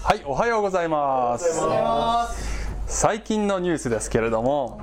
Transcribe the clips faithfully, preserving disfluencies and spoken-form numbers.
はい、おはようございます。最近のニュースですけれども、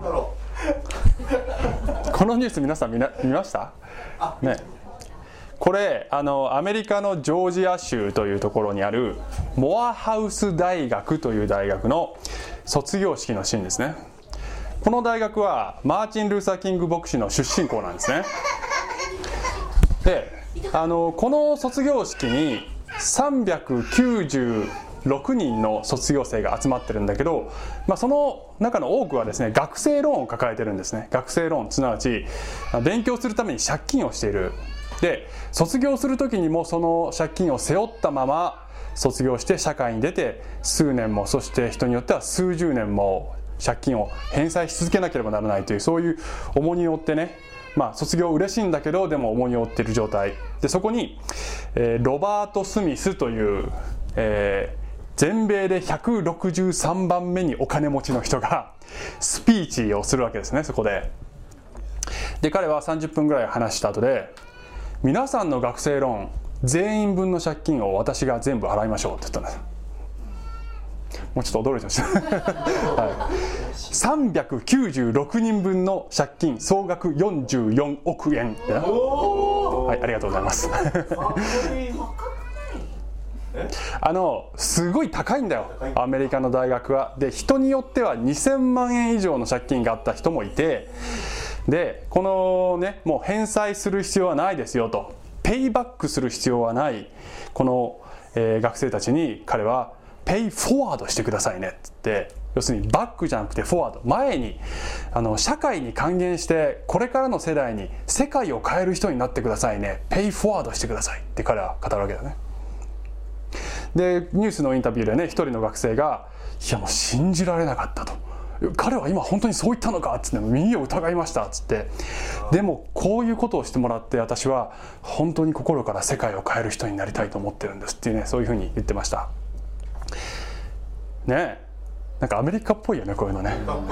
このニュース皆さん 見, な見ましたね。これあのアメリカのジョージア州というところにあるモアハウス大学という大学の卒業式のシーンですね。この大学はマーチン・ルーサー・キング牧師の出身校なんですね。であのこの卒業式にさんびゃくきゅうじゅうろくにんの卒業生が集まってるんだけど、まあ、その中の多くはですね、学生ローンを抱えてるんですね。学生ローン、すなわち勉強するために借金をしている。で卒業する時にもその借金を背負ったまま卒業して社会に出て、数年も、そして人によっては数十年も借金を返済し続けなければならないという、そういう重荷を負ってね、まあ、卒業嬉しいんだけどでも重荷を負っている状態で、そこに、えー、ロバート・スミスという、えー、全米でひゃくろくじゅうさんばんめにお金持ちの人がスピーチをするわけですね。そこでで彼はさんじゅっぷんぐらい話した後で、皆さんの学生ローン全員分の借金を私が全部払いましょうって言ったんです。もうちょっと驚いてました、はい、さんびゃくきゅうじゅうろくにんぶんの借金総額よんじゅうよんおくえん。はい、ありがとうございますあのすごい高いんだよ、アメリカの大学は。で人によってはにせんまんえん以上の借金があった人もいて、でこのね、もう返済する必要はないですよと、ペイバックする必要はないこの、えー、学生たちに彼はペイフォワードしてくださいねって言って、要するにバックじゃなくてフォワード、前にあの社会に還元してこれからの世代に世界を変える人になってくださいね、ペイフォワードしてくださいって彼は語るわけだね。でニュースのインタビューでね、一人の学生がいやもう信じられなかったと、彼は今本当にそう言ったのかっつって耳を疑いましたっつって、でもこういうことをしてもらって私は本当に心から世界を変える人になりたいと思ってるんですっていうね、そういうふうに言ってましたね。えなんかアメリカっぽいよね、こういうのね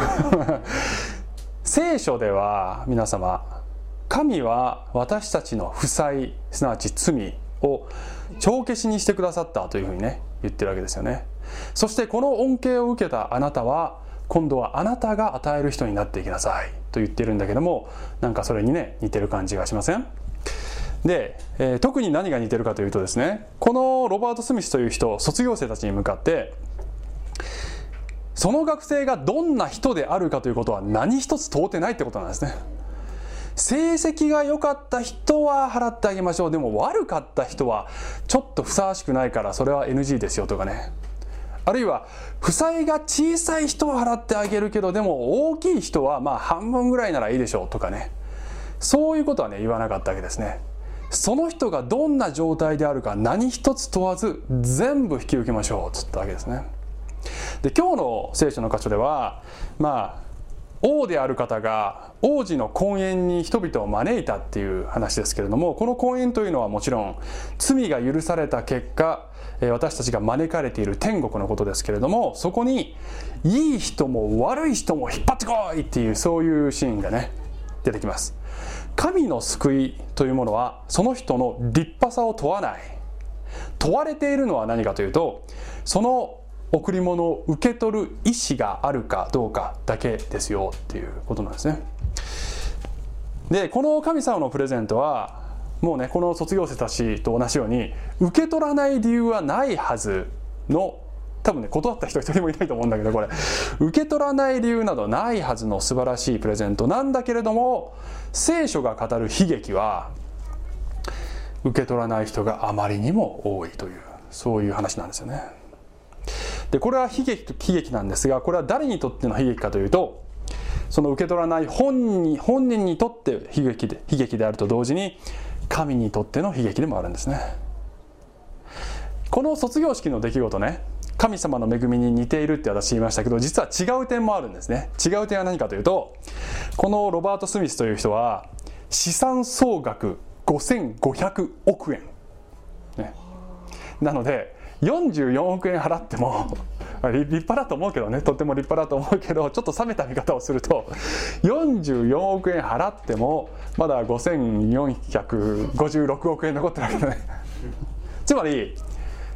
聖書では皆様、神は私たちの負債、すなわち罪を帳消しにしてくださったというふうにね言ってるわけですよね。そしてこの恩恵を受けたあなたは今度はあなたが与える人になっていきなさいと言ってるんだけども、なんかそれにね似てる感じがしません？で、えー、特に何が似てるかというとですね、このロバート・スミスという人、卒業生たちに向かってその学生がどんな人であるかということは何一つ問うてないってことなんですね。成績が良かった人は払ってあげましょう、でも悪かった人はちょっとふさわしくないからそれは エヌジー ですよとかね、あるいは負債が小さい人は払ってあげるけどでも大きい人はまあ半分ぐらいならいいでしょうとかね、そういうことはね言わなかったわけですね。その人がどんな状態であるか何一つ問わず全部引き受けましょうと言ったわけですね。で今日の聖書の箇所では、まあ王である方が王子の婚宴に人々を招いたっていう話ですけれども、この婚宴というのはもちろん罪が許された結果私たちが招かれている天国のことですけれども、そこにいい人も悪い人も引っ張ってこいっていう、そういうシーンがね出てきます。神の救いというものはその人の立派さを問わない。問われているのは何かというと、その贈り物を受け取る意思があるかどうかだけですよっていうことなんですね。でこの神様のプレゼントはもうね、この卒業生たちと同じように受け取らない理由はないはずの、多分ね断った人一人もいないと思うんだけど、これ受け取らない理由などないはずの素晴らしいプレゼントなんだけれども、聖書が語る悲劇は受け取らない人があまりにも多いという、そういう話なんですよね。でこれは悲劇、悲劇なんですが、これは誰にとっての悲劇かというと、その受け取らない本人、本人にとって悲劇で、悲劇であると同時に神にとっての悲劇でもあるんですね。この卒業式の出来事ね、神様の恵みに似ているって私言いましたけど、実は違う点もあるんですね。違う点は何かというと、このロバート・スミスという人は資産総額ごせんごひゃくおくえん、ね、なのでよんじゅうよんおくえん払っても立派だと思うけどね、とっても立派だと思うけど、ちょっと冷めた見方をするとよんじゅうよんおくえん払ってもまだごせんよんひゃくごじゅうろくおくえん残ってるわけだねつまり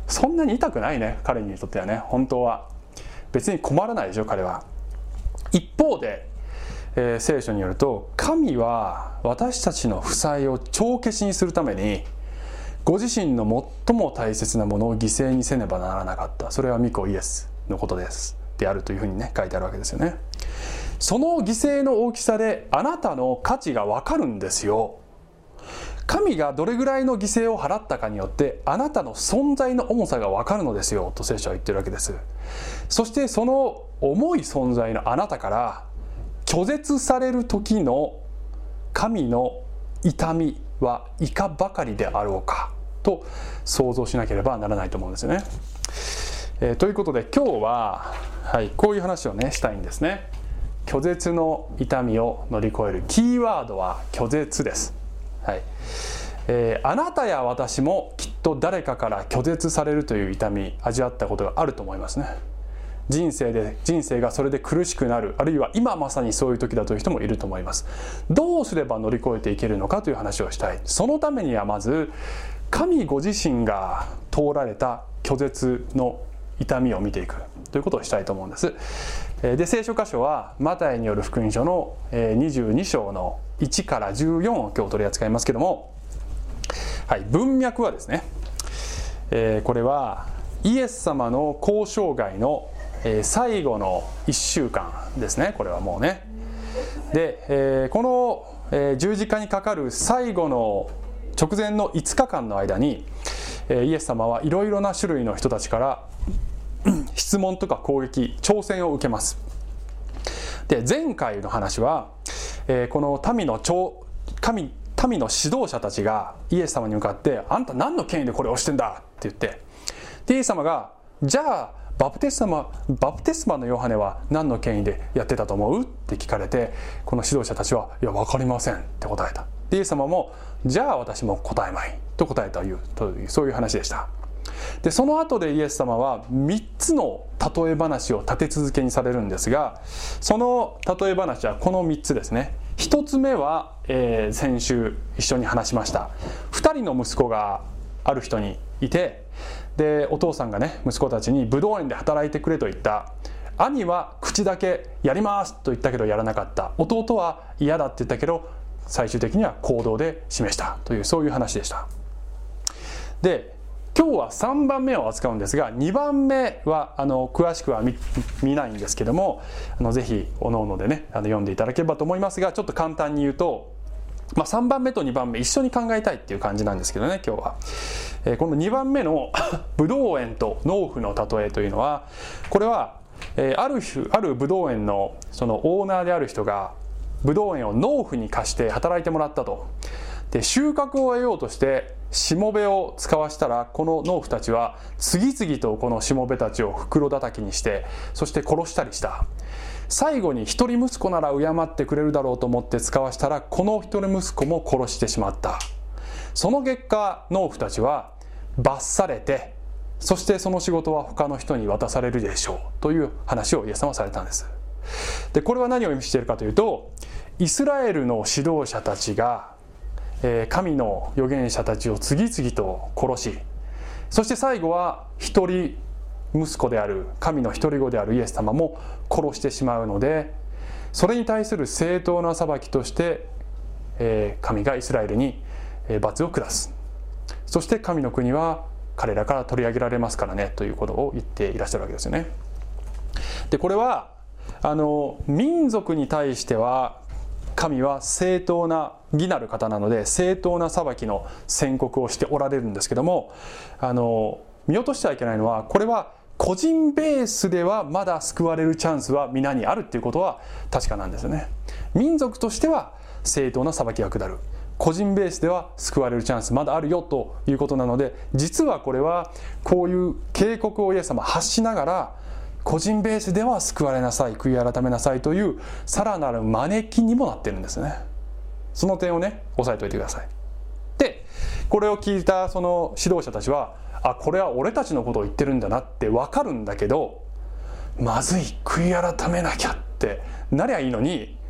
そんなに痛くないね、彼にとってはね。本当は別に困らないでしょ、彼は。一方で、えー、聖書によると、神は私たちの負債を帳消しにするためにご自身の最も大切なものを犠牲にせねばならなかった。それは御子イエスのことですであるというふうにね書いてあるわけですよね。その犠牲の大きさであなたの価値が分かるんですよ。神がどれぐらいの犠牲を払ったかによってあなたの存在の重さが分かるのですよと聖書は言ってるわけです。そしてその重い存在のあなたから拒絶される時の神の痛みはいかばかりであろうかと想像しなければならないと思うんですよね。えー、ということで今日は、はい、こういう話をねしたいんですね。拒絶の痛みを乗り越えるキーワードは拒絶です。はいえー、あなたや私もきっと誰かから拒絶されるという痛み味わったことがあると思いますね。人生で人生がそれで苦しくなる、あるいは今まさにそういう時だという人もいると思います。どうすれば乗り越えていけるのかという話をしたい。そのためにはまず神ご自身が通られた拒絶の痛みを見ていくということをしたいと思うんです。で聖書箇所はマタイによる福音書のにじゅうに章のいちからじゅうよんを今日取り扱いますけども、はい、文脈はですね、えー、これはイエス様の交渉外の最後のいっしゅうかんですね。これはもうねで、えー、この、えー、十字架にかかる最後の直前のいつかかんの間に、えー、イエス様はいろいろな種類の人たちから質問とか攻撃、挑戦を受けます。で前回の話は、えー、この民の長神民の指導者たちがイエス様に向かってあんた何の権威でこれをしてんだって言って、でイエス様がじゃあバプテスマバプテスマのヨハネは何の権威でやってたと思うって聞かれて、この指導者たちはいや分かりませんって答えた。でイエス様もじゃあ私も答えまいと答えたというそういう話でした。でその後でイエス様はみっつの例え話を立て続けにされるんですが、その例え話はこのみっつですね。ひとつめは、えー、先週一緒に話しましたふたりの息子がある人にいて、でお父さんがね息子たちにブドウ園で働いてくれと言った。兄は口だけやりますと言ったけどやらなかった。弟は嫌だって言ったけど最終的には行動で示したというそういう話でした。で今日はさんばんめを扱うんですが、にばんめはあの詳しくは 見, 見ないんですけども、あのぜひおのおのでねあの読んでいただければと思いますが、ちょっと簡単に言うと、まあ、さんばんめとにばんめ一緒に考えたいっていう感じなんですけどね今日は、えー、このにばんめのブドウ園と農夫の例えというのは、これは、えー、ある種あるブドウ園のそのオーナーである人がブドウ園を農夫に貸して働いてもらったと。で収穫を得ようとしてしもべを使わしたら、この農夫たちは次々とこのしもべたちを袋叩きにして、そして殺したりした。最後に一人息子なら敬ってくれるだろうと思って使わしたら、この一人息子も殺してしまった。その結果農夫たちは罰されて、そしてその仕事は他の人に渡されるでしょうという話をイエス様はされたんです。でこれは何を意味しているかというと、イスラエルの指導者たちが神の預言者たちを次々と殺し、そして最後は一人息子である神の一人子であるイエス様も殺してしまうので、それに対する正当な裁きとして神がイスラエルに罰を下す。そして神の国は彼らから取り上げられますからねということを言っていらっしゃるわけですよね。でこれはあの民族に対しては神は正当な義なる方なので正当な裁きの宣告をしておられるんですけども、あの見落としてはいけないのは、これは個人ベースではまだ救われるチャンスは皆にあるっていうことは確かなんですよね。民族としては正当な裁きが下る、個人ベースでは救われるチャンスまだあるよということなので、実はこれはこういう警告をイエス様発しながら、個人ベースでは救われなさい、悔い改めなさいというさらなる招きにもなっているんですね。その点をね押さえておいてください。でこれを聞いたその指導者たちは、あこれは俺たちのことを言ってるんだなって分かるんだけど、まずい、悔い改めなきゃってなりゃいいのに、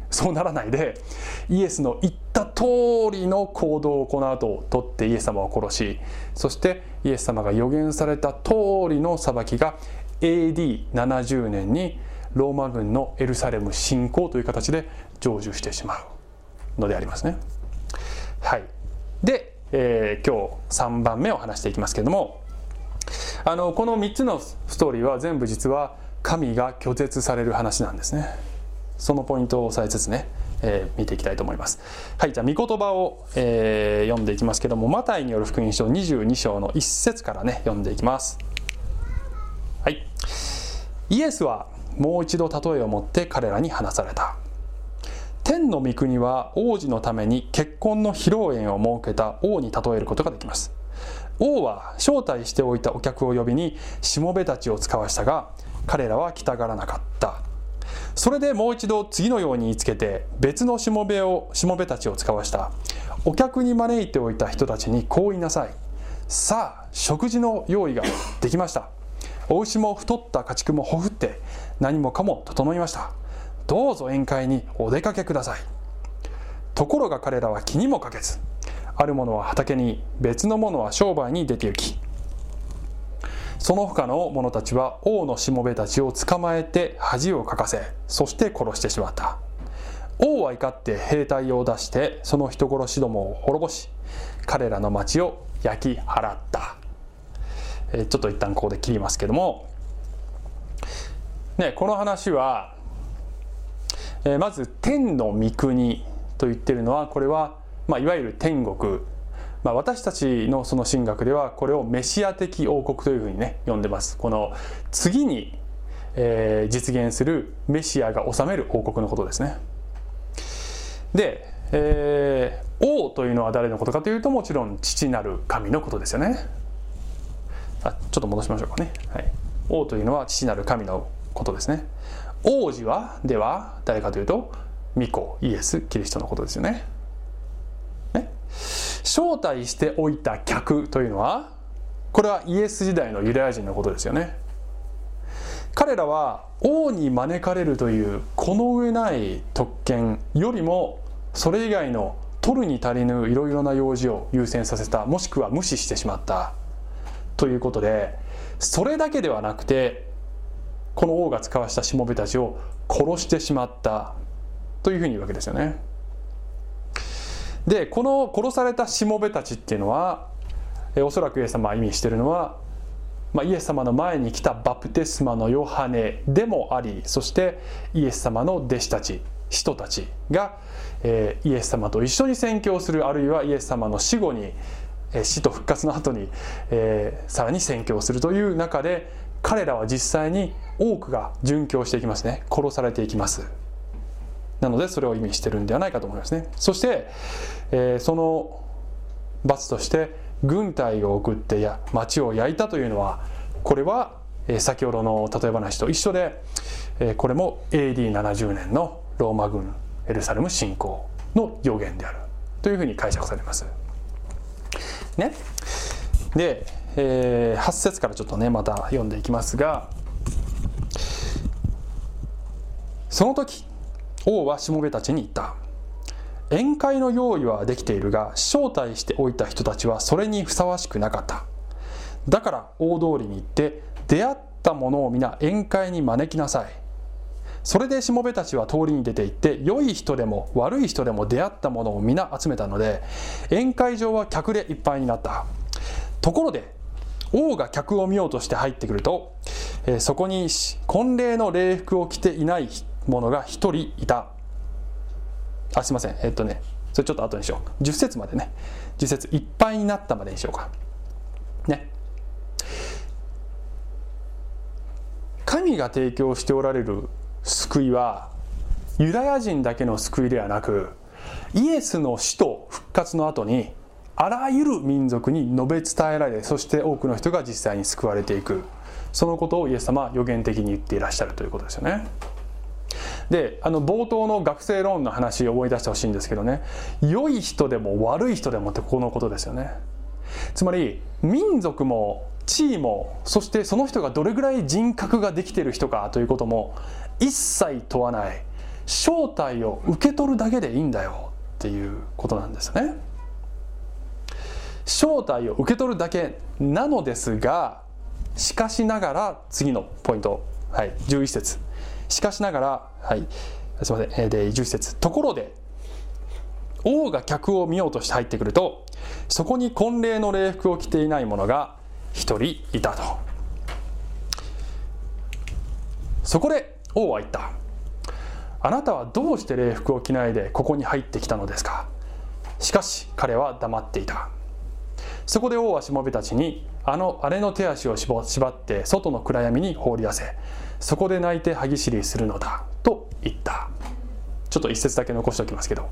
そうならないで、イエスの言った通りの行動をこの後取ってイエス様を殺し、そしてイエス様が予言された通りの裁きが エーディーななじゅう 年にローマ軍のエルサレム侵攻という形で成就してしまうのでありますね。はい。で、えー、今日さんばんめを話していきますけれども、あのこのみっつのストーリーは全部実は神が拒絶される話なんですね。そのポイントを押さえつつね、えー、見ていきたいと思います。はい、じゃあ御言葉を、えー、読んでいきますけども、マタイによる福音書にじゅうに章のいっ節からね読んでいきます。はい。イエスはもう一度例えを持って彼らに話された。天の御国は王子のために結婚の披露宴を設けた王に例えることができます。王は招待しておいたお客を呼びにしもべたちを使わしたが、彼らは来たがらなかった。それでもう一度次のように言いつけて別のしもべをしもべたちを使わした。お客に招いておいた人たちにこう言いなさい。さあ食事の用意ができました。お牛も太った家畜もほふって何もかも整いました。どうぞ宴会にお出かけください。ところが彼らは気にもかけず、ある者は畑に、別の者は商売に出て行き、その他の者たちは王のしもべたちを捕まえて恥をかかせ、そして殺してしまった。王は怒って兵隊を出してその人殺しどもを滅ぼし、彼らの町を焼き払った。えー、ちょっと一旦ここで切りますけども、ね、この話は、えー、まず天の御国と言っているのは、これは、まあ、いわゆる天国、まあ、私たちのその神学ではこれをメシア的王国というふうにね呼んでます。この次に、えー、実現するメシアが治める王国のことですね。で、えー、王というのは誰のことかというと、もちろん父なる神のことですよね。あ、ちょっと戻しましょうかね。はい、王というのは父なる神のことですね。王子はでは誰かというと、御子イエス・キリストのことですよね。ね、招待しておいた客というのは、これはイエス時代のユダヤ人のことですよね。彼らは王に招かれるというこの上ない特権よりも、それ以外の取るに足りぬいろいろな用事を優先させた、もしくは無視してしまったということで、それだけではなくて、この王が使わしたしもべたちを殺してしまったというふうに言うわけですよね。で、この殺されたしもべたちっていうのは、えおそらくイエス様が意味しているのは、まあ、イエス様の前に来たバプテスマのヨハネでもあり、そしてイエス様の弟子たち、使徒たちが、えー、イエス様と一緒に宣教する、あるいはイエス様の死後に、えー、死と復活の後に、えー、さらに宣教するという中で、彼らは実際に多くが殉教していきますね。殺されていきます。なのでそれを意味してるんではないかと思いますね。そして、えー、その罰として軍隊を送ってや町を焼いたというのは、これは、えー、先ほどの例え話と一緒で、えー、これも エーディーななじゅう 年のローマ軍エルサレム侵攻の予言であるというふうに解釈されます。ね。で、えー、はち節からちょっとねまた読んでいきますが、その時王はしもべたちに言った。宴会の用意はできているが、招待しておいた人たちはそれにふさわしくなかった。だから大通りに行って、出会った者を皆宴会に招きなさい。それでしもべたちは通りに出て行って、良い人でも悪い人でも出会った者を皆集めたので、宴会場は客でいっぱいになった。ところで王が客を見ようとして入ってくると、えー、そこに婚礼の礼服を着ていない者が一人いた。あ、すいません。えっとね、それちょっと後にしよう。じゅっ節までね。じゅっ節いっぱいになったまでにしようか。ね。神が提供しておられる救いは、ユダヤ人だけの救いではなく、イエスの死と復活の後に、あらゆる民族に述べ伝えられ、そして多くの人が実際に救われていく。そのことをイエス様は予言的に言っていらっしゃるということですよね。で、あの冒頭の学生ローンの話を思い出してほしいんですけどね、良い人でも悪い人でもってここのことですよね。つまり民族も地位も、そしてその人がどれぐらい人格ができている人かということも一切問わない、 招待を受け取るだけでいいんだよっていうことなんですよね。招待を受け取るだけなのですが、しかしながら、次のポイント、はい、じゅういっ節、しかしながら、はい、すみません、でじゅういっ節、ところで王が客を見ようとして入ってくると、そこに婚礼の礼服を着ていない者が一人いたと。そこで王は言った。あなたはどうして礼服を着ないでここに入ってきたのですか。しかし彼は黙っていた。そこで王はしもべたちに、あの姉の手足を縛って外の暗闇に放り出せ、そこで泣いて歯ぎしりするのだと言った。ちょっと一節だけ残しておきますけど、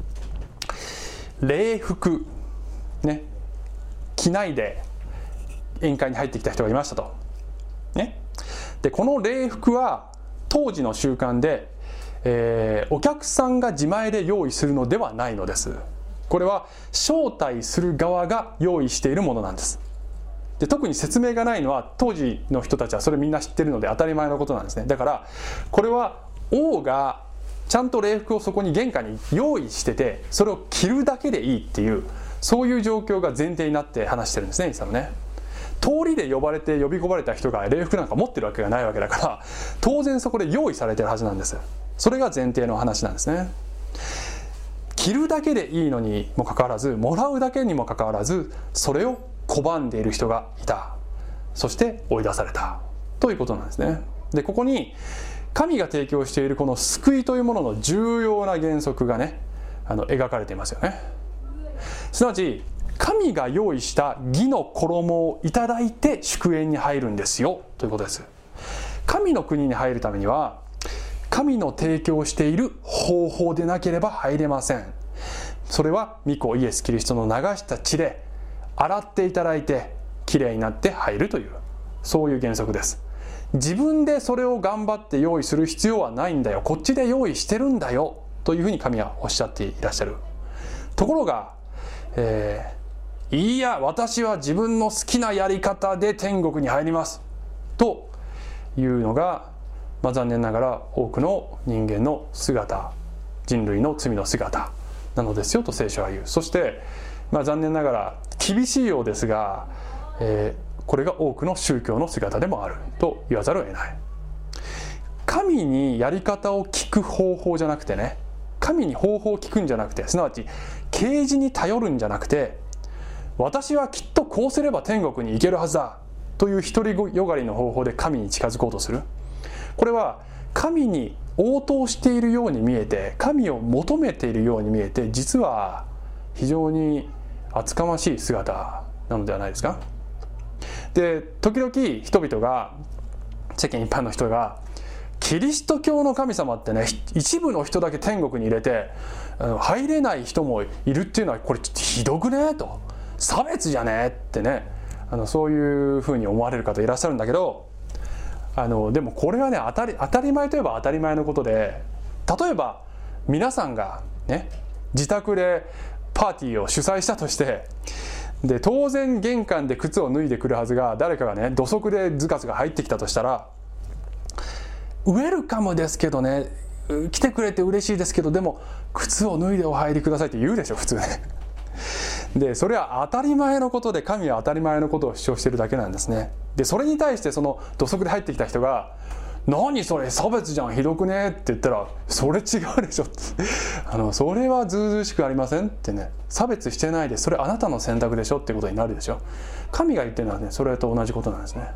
礼服ね、着ないで宴会に入ってきた人がいましたと、ね、でこの礼服は当時の習慣で、えー、お客さんが自前で用意するのではないのです。これは招待する側が用意しているものなんです。で特に説明がないのは、当時の人たちはそれみんな知ってるので当たり前のことなんですね。だからこれは王がちゃんと礼服をそこに玄関に用意してて、それを着るだけでいいっていう、そういう状況が前提になって話してるんですね、イエス様ね。通りで呼ばれて呼び込まれた人が礼服なんか持ってるわけがないわけだから、当然そこで用意されてるはずなんです。それが前提の話なんですね。着るだけでいいのにもかかわらず、もらうだけにもかかわらず、それを拒んでいる人がいた。そして追い出されたということなんですね。でここに神が提供しているこの救いというものの重要な原則がね、あの描かれていますよね。すなわち神が用意した義の衣をいただいて祝宴に入るんですよということです。神の国に入るためには、神の提供している方法でなければ入れません。それは御子イエス・キリストの流した血で洗っていただいてきれいになって入るという、そういう原則です。自分でそれを頑張って用意する必要はないんだよ、こっちで用意してるんだよというふうに神はおっしゃっていらっしゃる。ところが、えー、いや私は自分の好きなやり方で天国に入りますというのが、まあ、残念ながら多くの人間の姿、人類の罪の姿なのですよと聖書は言う。そして、まあ、残念ながら厳しいようですが、えー、これが多くの宗教の姿でもあると言わざるを得ない。神にやり方を聞く方法じゃなくてね、神に方法を聞くんじゃなくて、すなわち啓示に頼るんじゃなくて、私はきっとこうすれば天国に行けるはずだという独りよがりの方法で神に近づこうとする。これは神に応答しているように見えて、神を求めているように見えて、実は非常に厚かましい姿なのではないですか。で時々人々が、世間一般の人が、キリスト教の神様ってね、一部の人だけ天国に入れて入れない人もいるっていうのは、これちょっとひどくねと、差別じゃねってね、あのそういうふうに思われる方いらっしゃるんだけど、あのでもこれはね、当たり、当たり前といえば当たり前のことで、例えば皆さんがね、自宅でパーティーを主催したとして、で当然玄関で靴を脱いでくるはずが、誰かがね土足でズカズカ入ってきたとしたら、ウェルカムですけどね、来てくれて嬉しいですけど、でも靴を脱いでお入りくださいって言うでしょ普通ね。でそれは当たり前のことで、神は当たり前のことを主張しているだけなんですね。でそれに対してその土足で入ってきた人が、何それ差別じゃん、ひどくねって言ったら、それ違うでしょってあのそれはずうずうしくありませんってね、差別してないで、それあなたの選択でしょってことになるでしょ。神が言ってるのはね、それと同じことなんですね。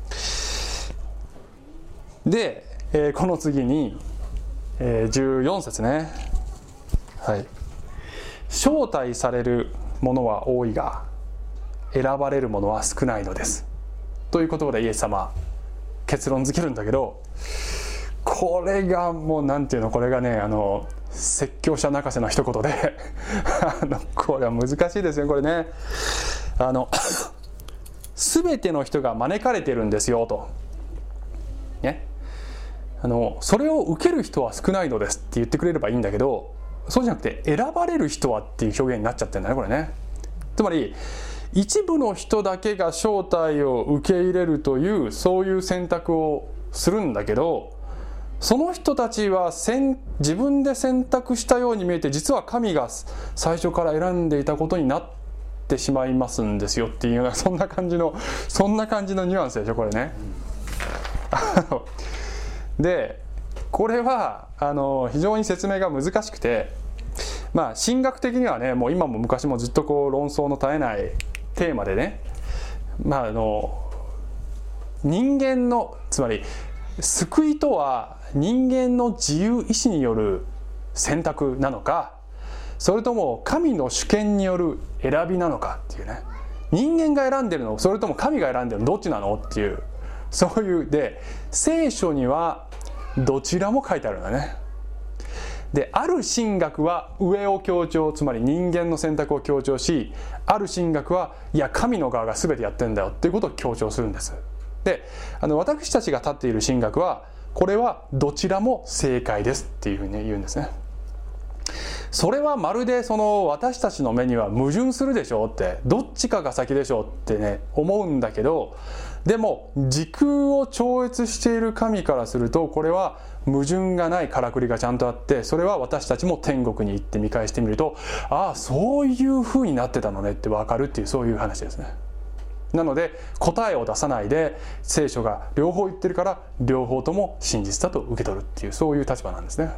で、えー、この次に、えー、じゅうよん節ね、はい、招待されるものは多いが選ばれるものは少ないのですという言葉でイエス様結論付けるんだけど、これがもうなんていうの、これがね、あの説教者泣かせの一言であのこれは難しいですよこれね。あの全ての人が招かれてるんですよとね、あのそれを受ける人は少ないのですって言ってくれればいいんだけど、そうじゃなくて選ばれる人はっていう表現になっちゃってるんだねこれね。つまり一部の人だけが招待を受け入れるという、そういう選択をするんだけど、 その人たちは自分で選択したように見えて、実は神が最初から選んでいたことになってしまいますんですよっていうような、そんな感じのそんな感じのニュアンスでしょこれね。でこれはあの非常に説明が難しくて、まあ神学的にはね、もう今も昔もずっとこう論争の絶えないテーマでね、まああの人間の、つまり救いとは人間の自由意志による選択なのか、それとも神の主権による選びなのかっていうね、人間が選んでるの、それとも神が選んでるの、どっちなのっていう、そういうで、聖書にはどちらも書いてあるんだね。である神学は上を強調、つまり人間の選択を強調し、ある神学はいや神の側が全てやってんだよっていうことを強調するんです。であの私たちが立っている神学は、これはどちらも正解ですっていうふうに言うんですね。それはまるでその私たちの目には矛盾するでしょうって、どっちかが先でしょうってね思うんだけど、でも時空を超越している神からすると、これは矛盾がないからくりがちゃんとあって、それは私たちも天国に行って見返してみると、ああそういう風になってたのねって分かるっていう、そういう話ですね。なので答えを出さないで、聖書が両方言ってるから両方とも真実だと受け取るっていう、そういう立場なんですね。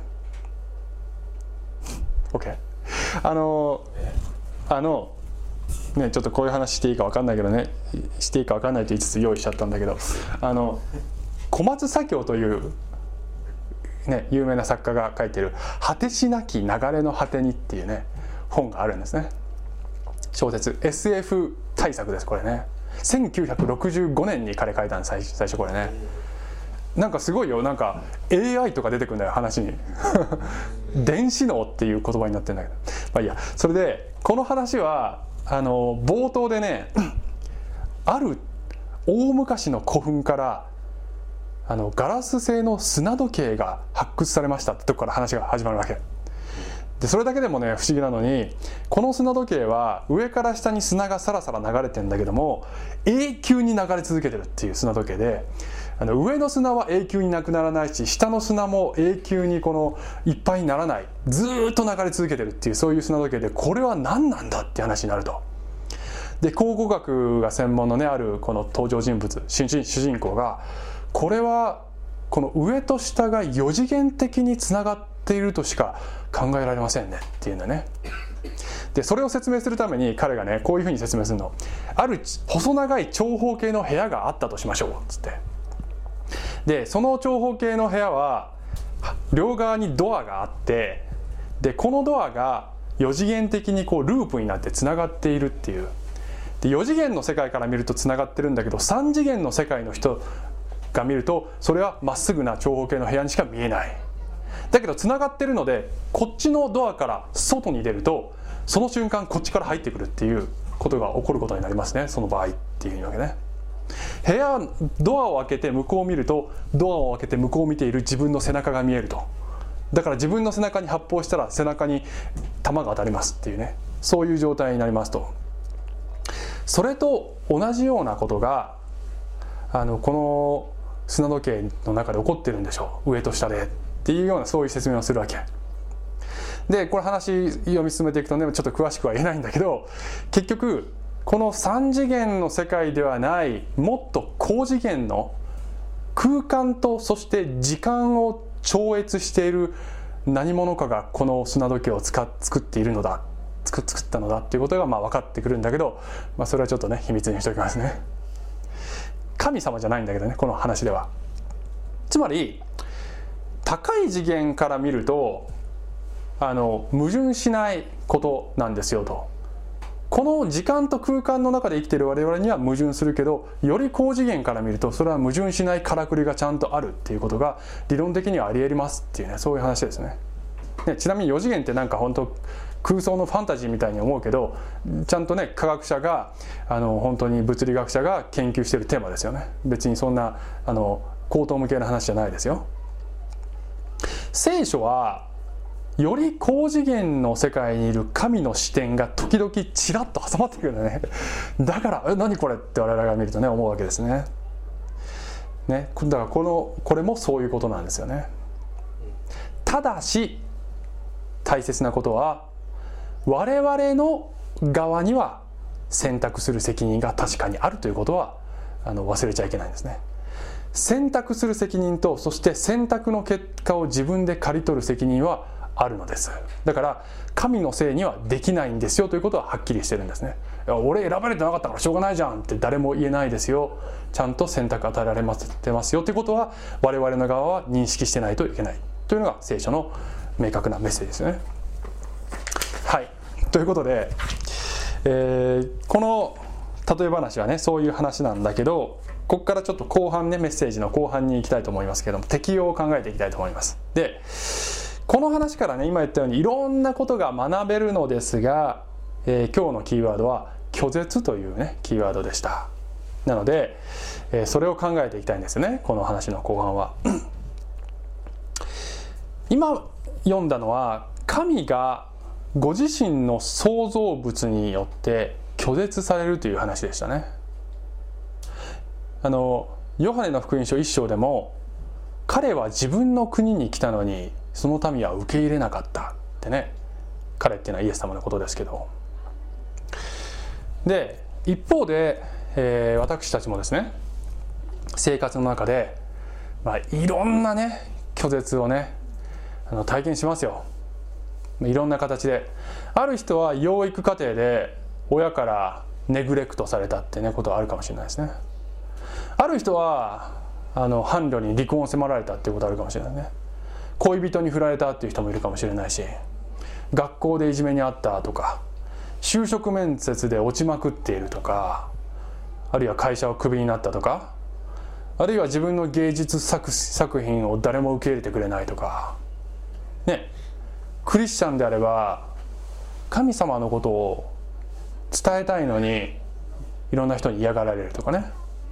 OK。 あのあのね、ちょっとこういう話していいか分かんないけどね、していいか分かんないと言いつつ用意しちゃったんだけど、あの小松左京というね有名な作家が書いてる「果てしなき流れの果てに」っていうね本があるんですね。小説 エスエフ 大作ですこれね。せんきゅうひゃくろくじゅうごねんに彼書いたんです、最初、最初これね。なんかすごいよ、なんか エーアイ とか出てくるんだよ話に電子脳っていう言葉になってるんだけど、まあいいや。それでこの話はあの冒頭でねある大昔の古墳からあのガラス製の砂時計が発掘されましたってとこから話が始まるわけで、それだけでもね不思議なのに、この砂時計は上から下に砂がさらさら流れてんだけども、永久に流れ続けてるっていう砂時計で、あの上の砂は永久になくならないし、下の砂も永久にこのいっぱいにならない、ずーっと流れ続けてるっていう、そういう砂時計で、これは何なんだって話になると。で考古学が専門のねあるこの登場人物、主人主人公が、これはこの上と下がよ次元的につながっているとしか考えられませんねっていうんだね。でそれを説明するために彼がねこういうふうに説明するの。ある細長い長方形の部屋があったとしましょうっつって、でその長方形の部屋は両側にドアがあって、でこのドアがよ次元的にこうループになってつながっているっていう。でよ次元の世界から見るとつながってるんだけど、さん次元の世界の人が見るとそれはまっすぐな長方形の部屋にしか見えない。だけどつながってるので、こっちのドアから外に出るとその瞬間こっちから入ってくるっていうことが起こることになりますね、その場合っていうわけね。部屋ドアを開けて向こうを見ると、ドアを開けて向こうを見ている自分の背中が見えると。だから自分の背中に発砲したら背中に弾が当たりますっていうね、そういう状態になりますと。それと同じようなことがあのこの砂時計の中で起こってるんでしょう、上と下でっていうような、そういう説明をするわけで、これ話読み進めていくとねちょっと詳しくは言えないんだけど、結局このさん次元の世界ではないもっと高次元の空間とそして時間を超越している何者かがこの砂時計を使っ作っているのだ、作ったのだっていうことがまあ分かってくるんだけど、まあ、それはちょっとね秘密にしておきますね。神様じゃないんだけどねこの話では。つまり高い次元から見るとあの矛盾しないことなんですよと。この時間と空間の中で生きている我々には矛盾するけど、より高次元から見るとそれは矛盾しないからくりがちゃんとあるっていうことが理論的にはあり得ますっていうね、そういう話ですね。ね、ちなみによ次元ってなんか本当空想のファンタジーみたいに思うけど、ちゃんとね科学者があの本当に物理学者が研究しているテーマですよね。別にそんなあの高等無形な話じゃないですよ。聖書はより高次元の世界にいる神の視点が時々ちらっと挟まってくるんだね。だからえ何これって我々が見るとね思うわけですね。ね、だからこのこれもそういうことなんですよね。 ただし大切なことは、我々の側には選択する責任が確かにあるということはあの忘れちゃいけないんですね。選択する責任と、そして選択の結果を自分で刈り取る責任はあるのです。だから神のせいにはできないんですよということははっきりしてるんですね。いや俺選ばれてなかったからしょうがないじゃんって誰も言えないですよ。ちゃんと選択与えられてますよということは我々の側は認識してないといけないというのが聖書の明確なメッセージですよね。はい、ということで、えー、この例え話はねそういう話なんだけど、ここからちょっと後半ね、メッセージの後半に行きたいと思いますけども、適用を考えていきたいと思います。でこの話からね、今言ったようにいろんなことが学べるのですが、えー、今日のキーワードは拒絶というねキーワードでした。なので、えー、それを考えていきたいんですよね、この話の後半は。今読んだのは神がご自身の創造物によって拒絶されるという話でしたね。あのヨハネの福音書一章でも、彼は自分の国に来たのにその民は受け入れなかったってね。彼っていうのはイエス様のことですけど、で一方で、えー、私たちもですね、生活の中で、まあ、いろんなね拒絶をねあの体験しますよ。いろんな形で。ある人は養育過程で親からネグレクトされたってねことはあるかもしれないですね。ある人はあの伴侶に離婚を迫られたっていうことあるかもしれないね。恋人に振られたっていう人もいるかもしれないし、学校でいじめにあったとか、就職面接で落ちまくっているとか、あるいは会社をクビになったとか、あるいは自分の芸術 作, 作品を誰も受け入れてくれないとかね。クリスチャンであれば神様のことを伝えたいのにいろんな人に嫌がられるとかね。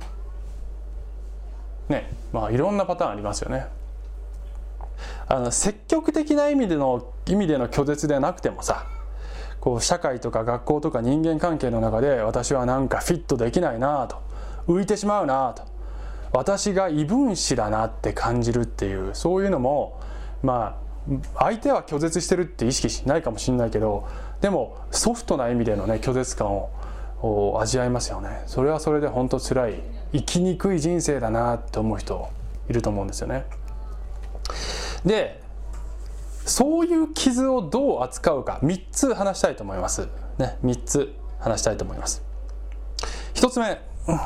ね、まあいろんなパターンありますよね。あの積極的な意味での意味での拒絶でなくてもさ、こう社会とか学校とか人間関係の中で私はなんかフィットできないなと、浮いてしまうなと、私が異分子だなって感じるっていう、そういうのもまあ相手は拒絶してるって意識しないかもしれないけど、でもソフトな意味でのね拒絶感を味わいますよね。それはそれで本当辛い、生きにくい人生だなって思う人いると思うんですよね。でそういう傷をどう扱うかみっつ話したいと思います、ね、みっつ話したいと思います。ひとつめ、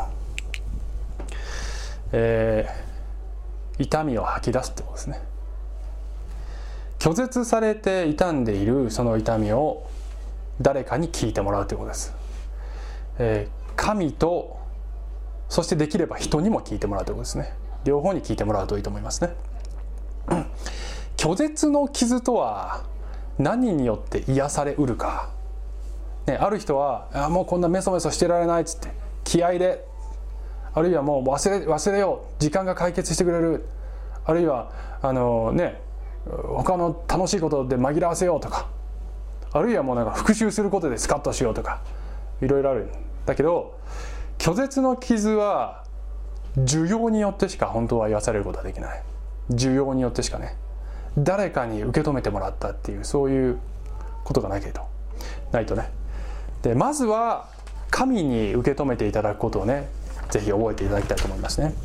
えー、痛みを吐き出すってことですね。拒絶されて傷んでいるその痛みを誰かに聞いてもらうということです、えー、神とそしてできれば人にも聞いてもらうということですね。両方に聞いてもらうといいと思いますね。拒絶の傷とは何によって癒されうるか、ね、ある人はあもうこんなメソメソしてられないっつって気合で、あるいはもう忘れ忘れよう、時間が解決してくれる、あるいはあのね他の楽しいことで紛らわせようとか、あるいはもうなんか復習することでスカッとしようとか、いろいろあるんだけど、拒絶の傷は需要によってしか本当は癒されることはできない。需要によってしかね、誰かに受け止めてもらったっていうそういうことがないけどないとね。でまずは神に受け止めていただくことをねぜひ覚えていただきたいと思いますね。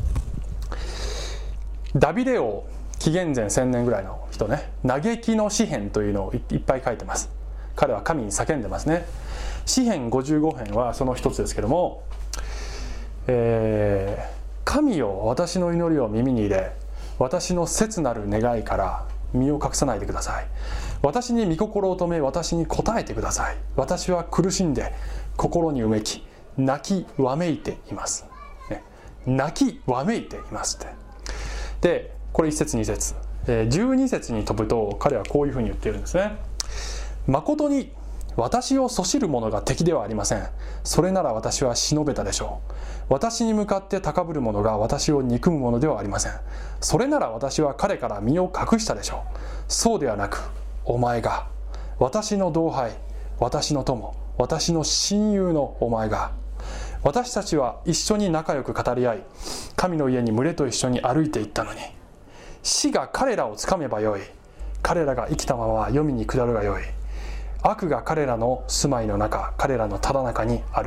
ダビデ王、紀元前せんねんぐらいの人ね、嘆きの詩編というのを い, いっぱい書いてます。彼は神に叫んでますね。詩編ごじゅうご編はその一つですけども、えー、神よ私の祈りを耳に入れ、私の切なる願いから身を隠さないでください。私に御心を止め、私に応えてください。私は苦しんで心にうめき泣きわめいています、ね、泣きわめいていますって。でこれいっ節に節、じゅうに節に飛ぶと彼はこういうふうに言っているんですね。誠に私をそしる者が敵ではありません。それなら私は忍べたでしょう。私に向かって高ぶる者が私を憎む者ではありません。それなら私は彼から身を隠したでしょう。そうではなく、お前が、私の同輩、私の友、私の親友のお前が、私たちは一緒に仲良く語り合い、神の家に群れと一緒に歩いていったのに、死が彼らをつかめばよい。 彼らが生きたまま黄泉に下るがよい。悪が彼らの住まいの中、彼らのただ中にある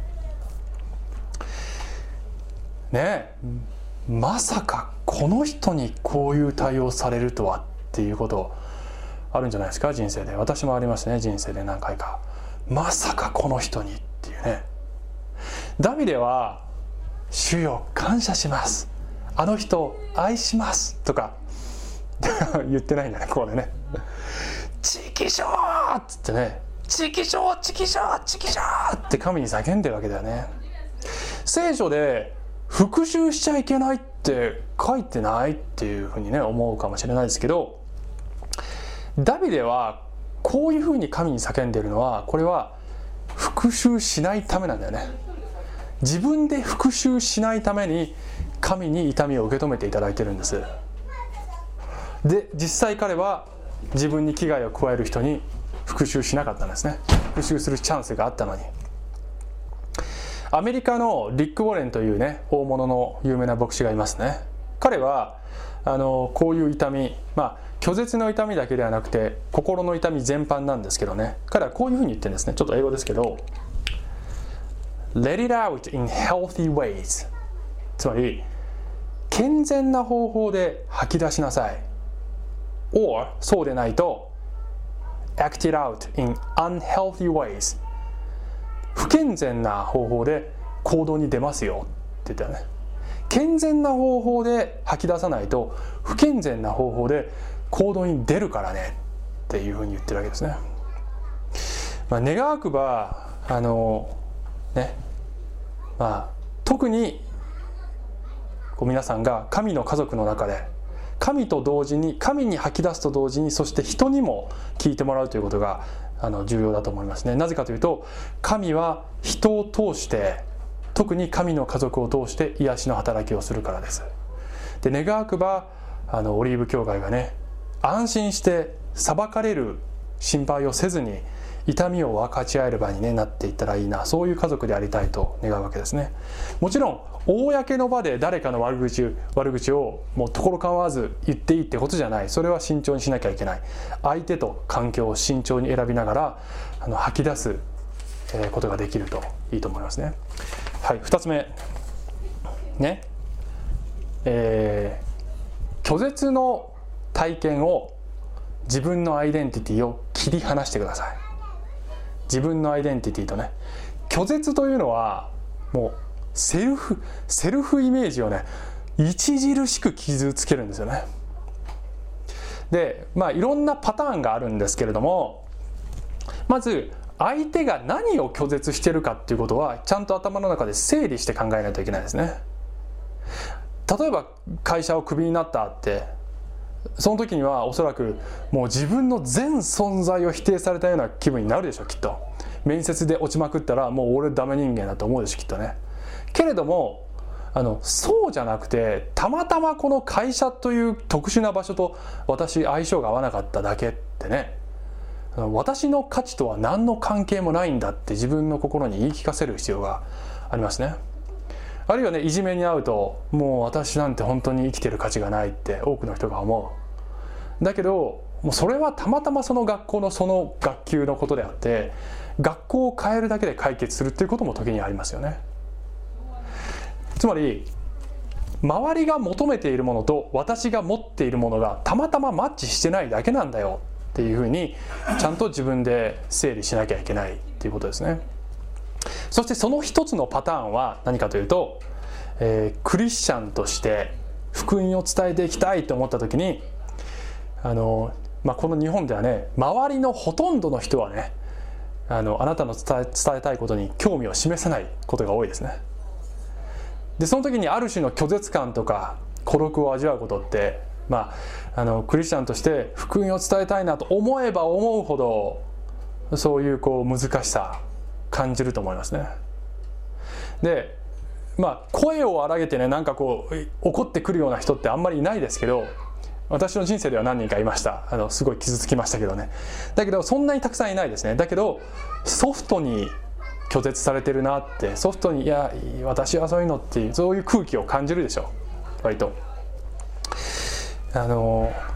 からね。えまさかこの人にこういう対応されるとはっていうことあるんじゃないですか、人生で。私もありますね、人生で何回か。まさかこの人にっていうね。ダビデは主よ感謝します、あの人を愛しますとか言ってないんだね、ここでね。チキショーっつってね、チキショーチキショーチキショーって神に叫んでるわけだよね。聖書で復讐しちゃいけないって書いてないっていうふうにね思うかもしれないですけど、ダビデはこういうふうに神に叫んでいるのは、これは復讐しないためなんだよね。自分で復讐しないために神に痛みを受け止めていただいているんです。で実際彼は自分に危害を加える人に復讐しなかったんですね。復讐するチャンスがあったのに。アメリカのリック・ウォレンというね大物の有名な牧師がいますね。彼はあのこういう痛み、まあ拒絶の痛みだけではなくて心の痛み全般なんですけどね、彼はこういうふうに言ってるんですね。ちょっと英語ですけど、 Let it out in healthy ways、 つまり健全な方法で吐き出しなさい。 or そうでないと Act it out in unhealthy ways、 不健全な方法で行動に出ますよって言ったよね。健全な方法で吐き出さないと不健全な方法で行動に出るからねっていうふうに言ってるわけですね。まあ、願わくばあのねまあ特にこう皆さんが神の家族の中で神と同時に神に吐き出すと同時に、そして人にも聞いてもらうということがあの重要だと思いますね。なぜかというと、神は人を通して、特に神の家族を通して癒しの働きをするからです。で願わくばあのオリーブ教会がね安心して裁かれる心配をせずに痛みを分かち合える場に、ね、なっていったらいいな、そういう家族でありたいと願うわけですね。もちろん公の場で誰かの悪口悪口をもう所構わず言っていいってことじゃない。それは慎重にしなきゃいけない。相手と環境を慎重に選びながらあの吐き出すことができるといいと思いますね。はい、ふたつめね、えー、拒絶の体験を自分のアイデンティティを切り離してください。自分のアイデンティティとね、拒絶というのはもうセルフセルフイメージをね著しく傷つけるんですよね。でまあいろんなパターンがあるんですけれども、まず相手が何を拒絶しているかっていうことはちゃんと頭の中で整理して考えないといけないですね。例えば会社をクビになったって、その時にはおそらくもう自分の全存在を否定されたような気分になるでしょう、きっと。面接で落ちまくったらもう俺ダメ人間だと思うでしょ、きっとね。けれどもあのそうじゃなくて、たまたまこの会社という特殊な場所と私相性が合わなかっただけってね、私の価値とは何の関係もないんだって自分の心に言い聞かせる必要がありますね。あるいはね、いじめに遭うともう私なんて本当に生きてる価値がないって多くの人が思う。だけどもうそれはたまたまその学校のその学級のことであって、学校を変えるだけで解決するっていうことも時にありますよね。つまり周りが求めているものと私が持っているものがたまたまマッチしてないだけなんだよっていうふうにちゃんと自分で整理しなきゃいけないっていうことですね。そしてその一つのパターンは何かというと、えー、クリスチャンとして福音を伝えていきたいと思った時にあの、まあ、この日本ではね、周りのほとんどの人はねあのあなたの伝え、伝えたいことに興味を示さないことが多いですね。でその時にある種の拒絶感とか孤独を味わうことって、まあ、あのクリスチャンとして福音を伝えたいなと思えば思うほどそういうこう難しさ感じると思いますね。でまあ声を荒げてねなんかこう怒ってくるような人ってあんまりいないですけど、私の人生では何人かいました。あのすごい傷つきましたけどね。だけどそんなにたくさんいないですね。だけどソフトに拒絶されてるなって、ソフトにいや私はそういうのっていうそういう空気を感じるでしょ、割と。あの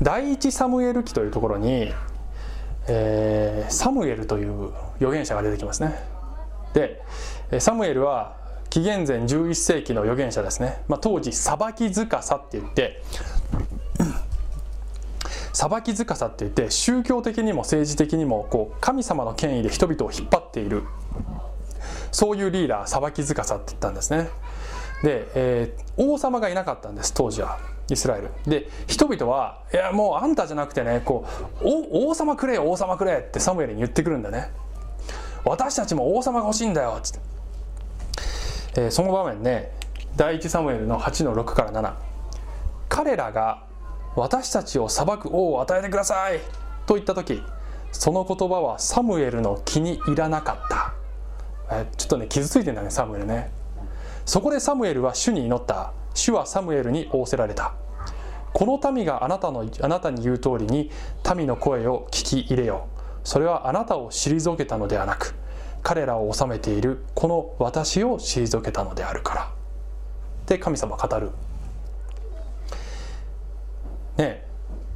第一サムエル記というところに、えー、サムエルという預言者が出てきますね。でサムエルは紀元前じゅういっせいきの預言者ですね。まあ、当時裁き司って言って裁き司って言って宗教的にも政治的にもこう神様の権威で人々を引っ張っている、そういうリーダー、裁き司って言ったんですね。で、えー、王様がいなかったんです、当時はイスラエルで。人々はいやもうあんたじゃなくてね、こう 王, 王様くれよ王様くれってサムエルに言ってくるんだね。私たちも王様が欲しいんだよっつって、えー、その場面ね、第一サムエルのはちのろくからなな、彼らが私たちを裁く王を与えてくださいと言った時、その言葉はサムエルの気に入らなかった。えちょっとね傷ついてんだねサムエルね。そこでサムエルは主に祈った。主はサムエルに仰せられた。この民があなたのあなたに言う通りに民の声を聞き入れよう。それはあなたを退けたのではなく、彼らを治めているこの私を退けたのであるからって神様は語る。ねえ、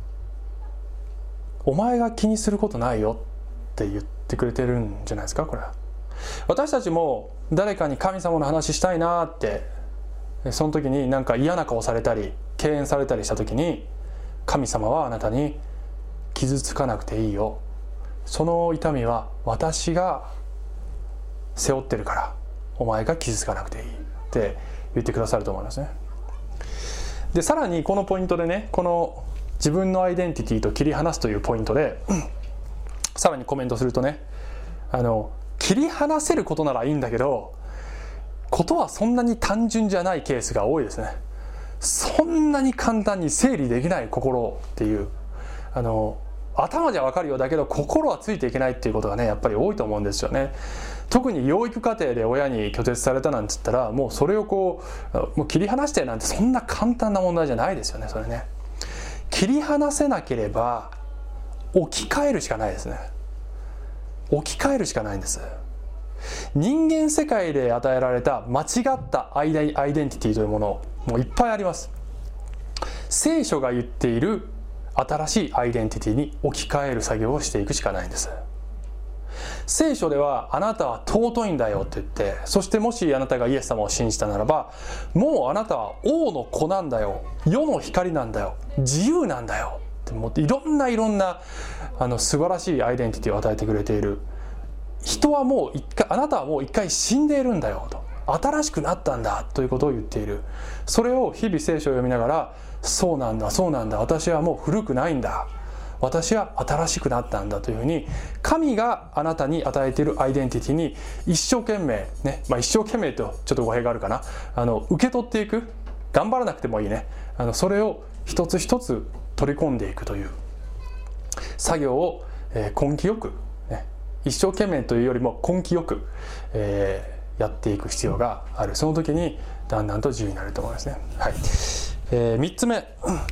お前が気にすることないよって言ってくれてるんじゃないですか。これ私たちも誰かに神様の話したいなって、その時になんか嫌な顔されたり敬遠されたりした時に、神様はあなたに傷つかなくていいよ、その痛みは私が背負ってるからお前が傷つかなくていいって言ってくださると思いますね。でさらにこのポイントでね、この自分のアイデンティティと切り離すというポイントでさらにコメントするとね、あの切り離せることならいいんだけど、ことはそんなに単純じゃないケースが多いですね。そんなに簡単に整理できない心っていう、あの頭じゃ分かるようだけど心はついていけないっていうことがねやっぱり多いと思うんですよね。特に養育過程で親に拒絶されたなんて言ったら、もうそれをこうもう切り離してなんてそんな簡単な問題じゃないですよね。それね、切り離せなければ置き換えるしかないですね。置き換えるしかないんです。人間世界で与えられた間違ったアイデンティティというものもういっぱいあります。聖書が言っている新しいアイデンティティに置き換える作業をしていくしかないんです。聖書ではあなたは尊いんだよって言って、そしてもしあなたがイエス様を信じたならば、もうあなたは王の子なんだよ、世の光なんだよ、自由なんだよって、もういろんないろんなあの素晴らしいアイデンティティを与えてくれている。人はもう一回、あなたはもう一回死んでいるんだよと、新しくなったんだということを言っている。それを日々聖書を読みながら、そうなんだそうなんだ、私はもう古くないんだ、私は新しくなったんだというふうに、神があなたに与えているアイデンティティに一生懸命ね、まあ、一生懸命とちょっと語弊があるかな、あの受け取っていく、頑張らなくてもいいね、あのそれを一つ一つ取り込んでいくという作業を、えー、根気よく、ね、一生懸命というよりも根気よく、えー、やっていく必要がある。その時にだんだんと自由になると思いますね。はい、えー、みっつめ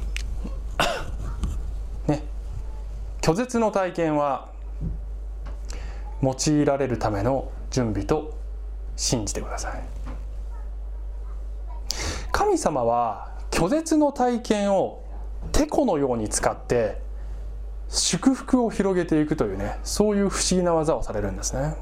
ね、拒絶の体験は用いられるための準備と信じてください。神様は拒絶の体験をテコのように使って祝福を広げていくというね、そういう不思議な技をされるんですね。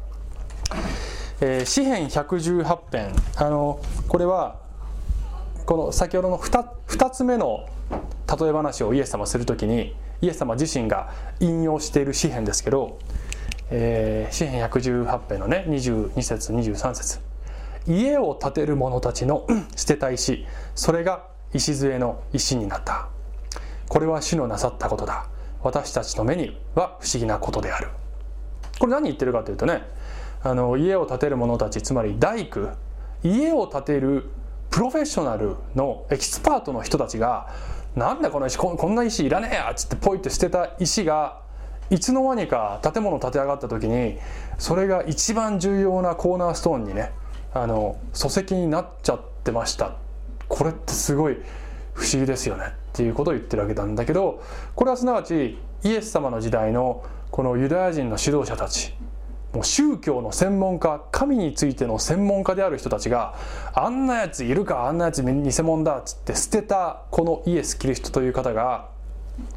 えー、詩編ひゃくじゅうはち編、あのこれはこの先ほどの 2, 2つ目の例え話をイエス様するときにイエス様自身が引用している詩編ですけど、えー、詩編ひゃくじゅうはち編のねにじゅうに節にじゅうさん節、家を建てる者たちの捨てた石、それが礎の石になった。これは主のなさったことだ。私たちの目には不思議なことである。これ何言ってるかというとね、あの家を建てる者たち、つまり大工、家を建てるプロフェッショナルのエキスパートの人たちが、なんだこの石、こんな石いらねえやっつってポイって捨てた石がいつの間にか建物建て上がった時に、それが一番重要なコーナーストーンにね、あの礎石になっちゃってました。これってすごい不思議ですよねっていうことを言ってるわけなんだけど、これはすなわちイエス様の時代のこのユダヤ人の指導者たち、もう宗教の専門家、神についての専門家である人たちが、あんなやついるか、あんなやつ偽物だっつって捨てたこのイエス・キリストという方が、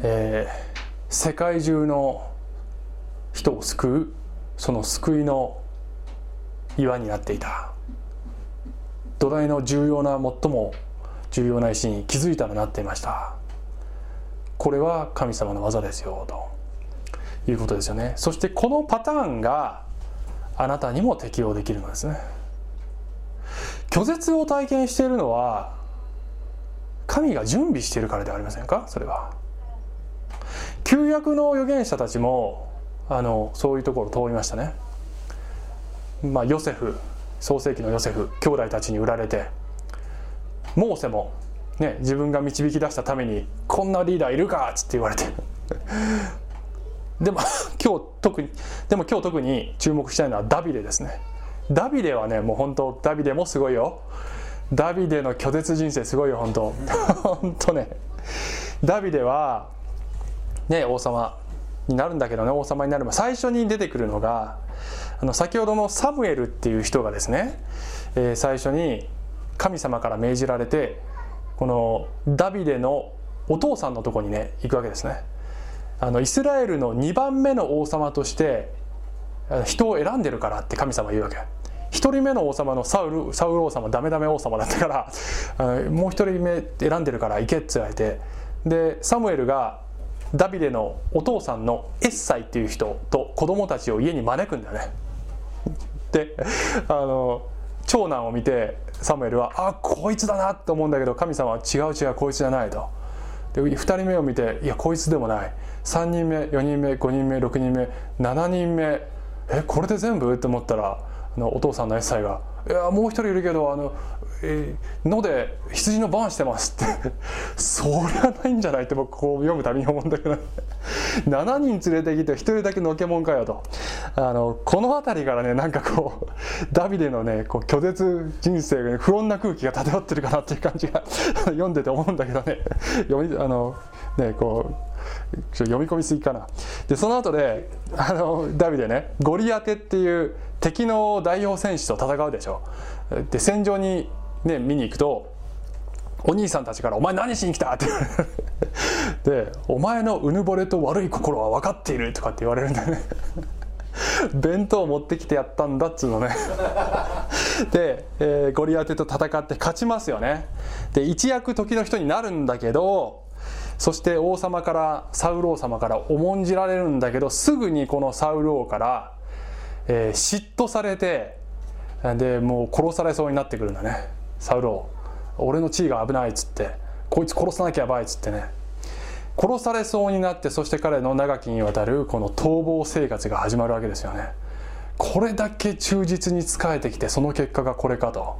えー、世界中の人を救うその救いの岩になっていた。土台の重要な最も重要な石に気づいたらなっていました。これは神様の技ですよということですよね。そしてこのパターンがあなたにも適用できるのですね。拒絶を体験しているのは神が準備しているからではありませんか。それは旧約の預言者たちもあのそういうところを通りましたね。まあヨセフ、創世記のヨセフ、兄弟たちに売られて、モーセも、ね、自分が導き出したためにこんなリーダーいるかっつって言われてでも今日特にでも今日特に注目したいのはダビデですね。ダビデはね、もう本当ダビデもすごいよ。ダビデの拒絶人生すごいよ本当本当ね。ダビデはね、王様になるんだけどね、王様になる前最初に出てくるのがあの先ほどのサムエルっていう人がですね、えー、最初に神様から命じられてこのダビデのお父さんのところにね行くわけですね。あのイスラエルのにばんめの王様として人を選んでるからって神様言うわけ。ひとりめの王様のサウル、サウル王様ダメダメ王様だったからあのもうひとりめ選んでるから行けって言われて、でサムエルがダビデのお父さんのエッサイっていう人と子供たちを家に招くんだよね。であの長男を見てサムエルはあこいつだなと思うんだけど、神様は違う違うこいつじゃないと。でふたりめを見ていやこいつでもない、さんにんめよにんめごにんめろくにんめしちにんめえこれで全部って思ったらあのお父さんのエッサイがいやもう一人いるけどあの、えー、野で羊の番してますってそりゃないんじゃないって僕こう読むたびに思うんだけどしちにん連れてきてひとりだけのけもんかよと。あのこの辺りからねなんかこうダビデのねこう拒絶人生が、ね、不穏な空気が漂ってるかなっていう感じが読んでて思うんだけどね読みあのねこう読み込みすぎかな。でその後であのダビデねゴリアテっていう敵の代表戦士と戦うでしょ。で戦場にね見に行くとお兄さんたちから「お前何しに来た?」って言われてで「お前のうぬぼれと悪い心は分かっている」とかって言われるんだよね弁当を持ってきてやったんだっつうのねで、えー、ゴリアテと戦って勝ちますよね。で一躍時の人になるんだけど、そして王様からサウル王様から重んじられるんだけど、すぐにこのサウル王から、えー、嫉妬されてでもう殺されそうになってくるんだね。サウル王俺の地位が危ないっつってこいつ殺さなきゃやばいっつってね殺されそうになって、そして彼の長きにわたるこの逃亡生活が始まるわけですよね。これだけ忠実に仕えてきてその結果がこれかと。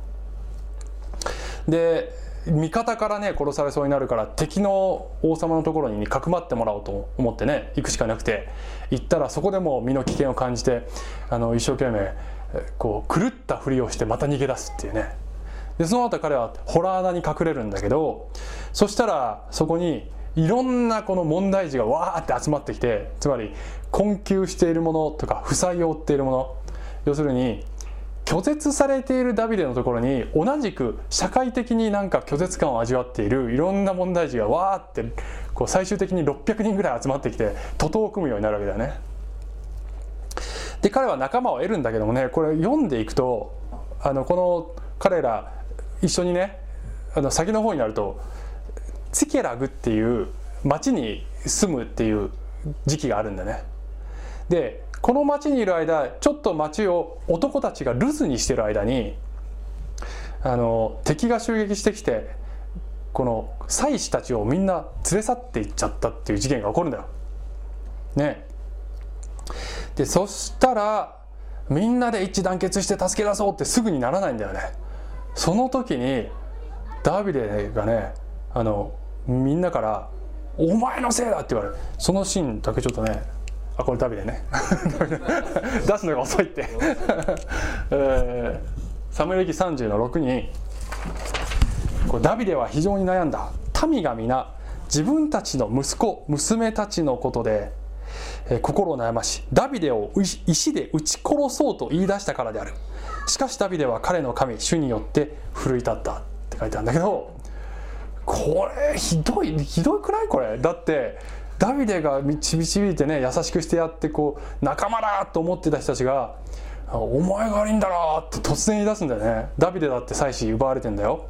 で味方からね殺されそうになるから敵の王様のところにかくまってもらおうと思ってね行くしかなくて、行ったらそこでも身の危険を感じてあの一生懸命こう狂ったふりをしてまた逃げ出すっていうね。でその後彼は洞穴に隠れるんだけど、そしたらそこにいろんなこの問題児がわーって集まってきて、つまり困窮しているものとか負債を負っているもの、要するに拒絶されているダビデのところに同じく社会的になんか拒絶感を味わっているいろんな問題児がわーってこう最終的にろっぴゃくにんぐらい集まってきて徒党を組むようになるわけだよね。で彼は仲間を得るんだけどもね、これ読んでいくとあのこの彼ら一緒にねあの先の方になるとツィケラグっていう町に住むっていう時期があるんだね。でこの町にいる間ちょっと町を男たちが留守にしてる間にあの敵が襲撃してきてこの祭司たちをみんな連れ去っていっちゃったっていう事件が起こるんだよ。ね。でそしたらみんなで一致団結して助け出そうってすぐにならないんだよね。その時にダビデがねあのみんなから「お前のせいだ!」って言われる。そのシーンだけちょっとね、あこれダビデね出すのが遅いって、えー、サムエル記さんじゅうのろくにこれダビデは非常に悩んだ。民が皆自分たちの息子娘たちのことで、えー、心を悩ましダビデを石で撃ち殺そうと言い出したからである。しかしダビデは彼の神主によって奮い立ったって書いてあるんだけど、これひどいひどいくないこれ。だってダビデが導いてね優しくしてやってこう仲間だと思ってた人たちが「お前が悪いんだろ」って突然言い出すんだよね。ダビデだって妻子奪われてんだよ。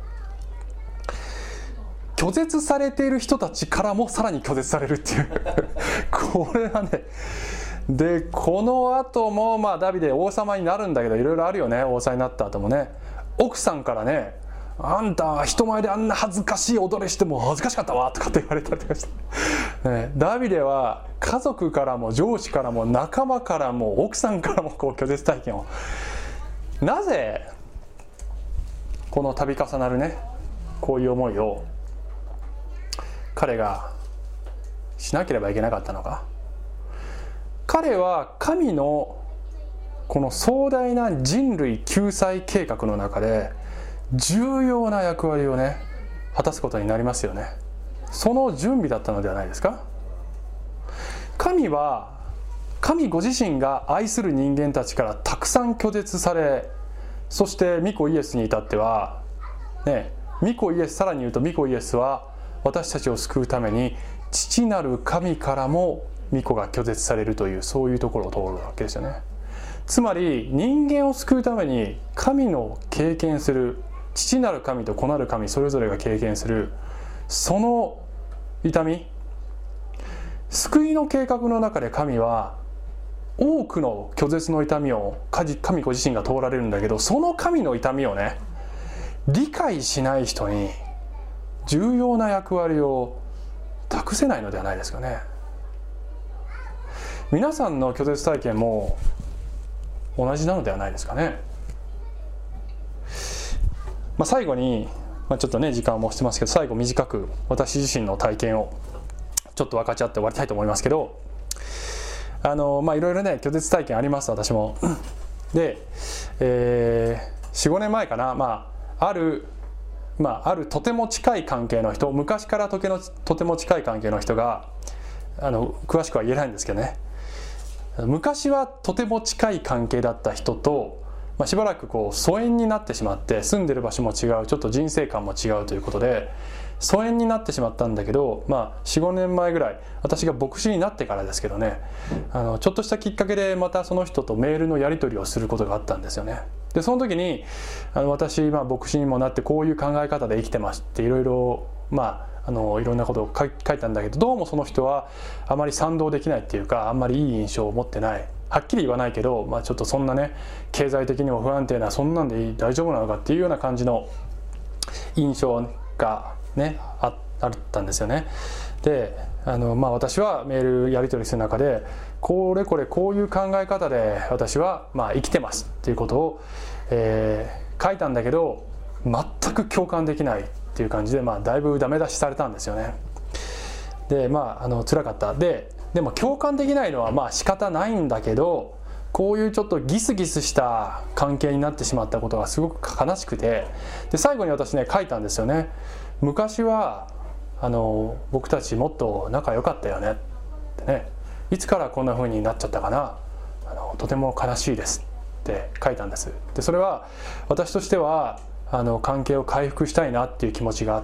拒絶されている人たちからもさらに拒絶されるっていうこれはね。でこの後もまあダビデ王様になるんだけどいろいろあるよね。王様になった後もね奥さんからね「あんた人前であんな恥ずかしい踊りしても恥ずかしかったわ」とかって言われたりとかして、ね、ダビデは家族からも上司からも仲間からも奥さんからもこう拒絶体験を。なぜこの度重なるねこういう思いを彼がしなければいけなかったのか。彼は神のこの壮大な人類救済計画の中で重要な役割をね果たすことになりますよね。その準備だったのではないですか。神は神ご自身が愛する人間たちからたくさん拒絶され、そして御子イエスに至ってはね、御子イエス、さらに言うと御子イエスは私たちを救うために父なる神からも御子が拒絶されるという、そういうところを通るわけですよね。つまり人間を救うために神の経験する父なる神と子なる神それぞれが経験するその痛み、救いの計画の中で神は多くの拒絶の痛みを神ご自身が通られるんだけど、その神の痛みをね理解しない人に重要な役割を託せないのではないですかね。皆さんの拒絶体験も同じなのではないですかね。まあ、最後に、まあ、ちょっとね時間もしてますけど、最後短く私自身の体験をちょっと分かち合って終わりたいと思いますけど、あのまあいろいろね拒絶体験あります、私も。で、えー、よん、ごねんまえかな、まあ、あるまあ、あるとても近い関係の人、昔からとけのとても近い関係の人が、あの詳しくは言えないんですけどね、昔はとても近い関係だった人と、まあ、しばらくこう疎遠になってしまって、住んでる場所も違う、ちょっと人生観も違うということで疎遠になってしまったんだけど、まあ、よん、ごねんまえぐらい、私が牧師になってからですけどね、あのちょっとしたきっかけでまたその人とメールのやり取りをすることがあったんですよね。でその時にあの私、まあ、牧師にもなってこういう考え方で生きてますっていろいろまああのいろんなことを書い書いたんだけど、どうもその人はあまり賛同できないっていうか、あんまりいい印象を持ってない。はっきり言わないけど、まあ、ちょっとそんなね経済的にも不安定な、そんなんでいい大丈夫なのかっていうような感じの印象がね あ, あったんですよね。であの、まあ、私はメールやり取りする中でこれこれこういう考え方で私はまあ生きてますっていうことを、えー、書いたんだけど全く共感できないっていう感じで、まあ、だいぶダメ出しされたんですよね。でまああの辛かった。ででも共感できないのはまあ仕方ないんだけど、こういうちょっとギスギスした関係になってしまったことがすごく悲しくて、で最後に私ね書いたんですよね。昔はあの僕たちもっと仲良かったよねってね、いつからこんな風になっちゃったかな、あのとても悲しいですって書いたんです。でそれは私としてはあの関係を回復したいなっていう気持ちがあって、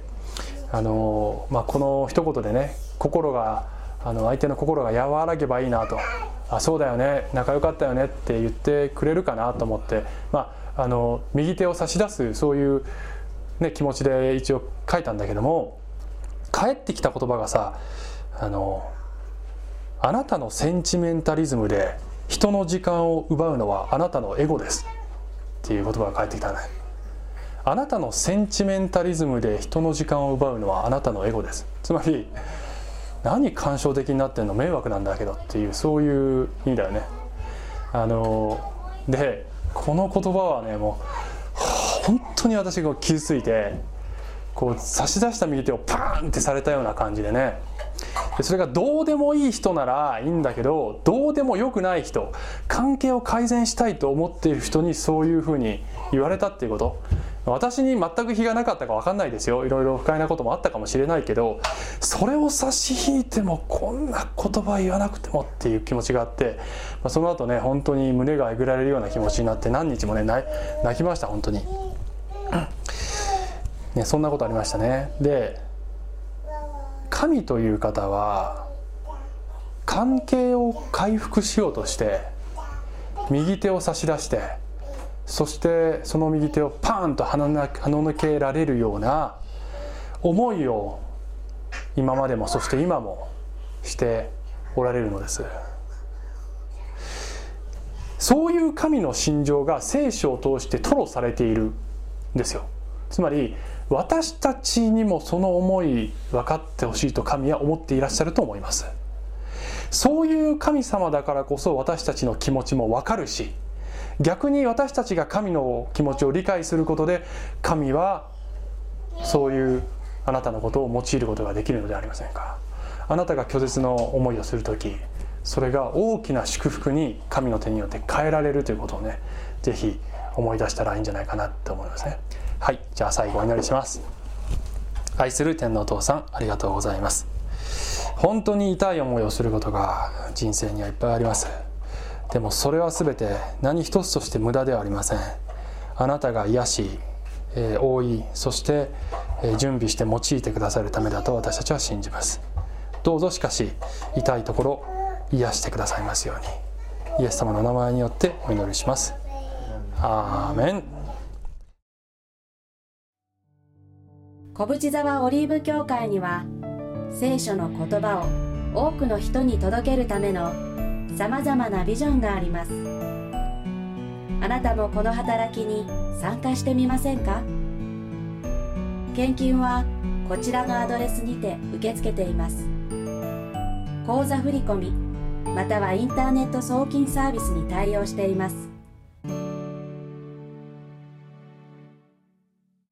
あの、まあ、この一言でね心があの相手の心が和らげばいいなと、あそうだよね仲良かったよねって言ってくれるかなと思って、まあ、あの右手を差し出すそういう、ね、気持ちで一応書いたんだけども、返ってきた言葉がさ、あのあなたのセンチメンタリズムで人の時間を奪うのはあなたのエゴですっていう言葉が返ってきたね。あなたのセンチメンタリズムで人の時間を奪うのはあなたのエゴです。つまり何感傷的になってんの、迷惑なんだけどっていう、そういう意味だよね。あのでこの言葉はねもう本当に私が傷ついて、こう差し出した右手をパーンってされたような感じでね。でそれがどうでもいい人ならいいんだけど、どうでもよくない人、関係を改善したいと思っている人にそういうふうに言われたっていうこと、私に全く非がなかったか分かんないですよ。いろいろ不快なこともあったかもしれないけど、それを差し引いてもこんな言葉言わなくてもっていう気持ちがあって、まあ、その後ね本当に胸がえぐられるような気持ちになって何日もね泣きました本当に、ね、そんなことありましたね。で神という方は関係を回復しようとして右手を差し出して、そしてその右手をパーンとはねのけられるような思いを今までもそして今もしておられるのです。そういう神の心情が聖書を通して吐露されているんですよ。つまり私たちにもその思い分かってほしいと神は思っていらっしゃると思います。そういう神様だからこそ私たちの気持ちも分かるし、逆に私たちが神の気持ちを理解することで神はそういうあなたのことを用いることができるのではありませんか。あなたが拒絶の思いをするとき、それが大きな祝福に神の手によって変えられるということをね、ぜひ思い出したらいいんじゃないかなと思いますね。はい、じゃあ最後お祈りします。愛する天のお父さん、ありがとうございます。本当に痛い思いをすることが人生にはいっぱいあります。でもそれは全て何一つとして無駄ではありません。あなたが癒し、えー、覆い、そして、えー、準備して用いてくださるためだと私たちは信じます。どうぞしかし痛いところ癒してくださいますように、イエス様の名前によってお祈りします。アーメン。 小淵沢オリーブ教会には聖書の言葉を多くの人に届けるためのさまざまなビジョンがあります。あなたもこの働きに参加してみませんか？献金はこちらのアドレスにて受け付けています。口座振込またはインターネット送金サービスに対応しています。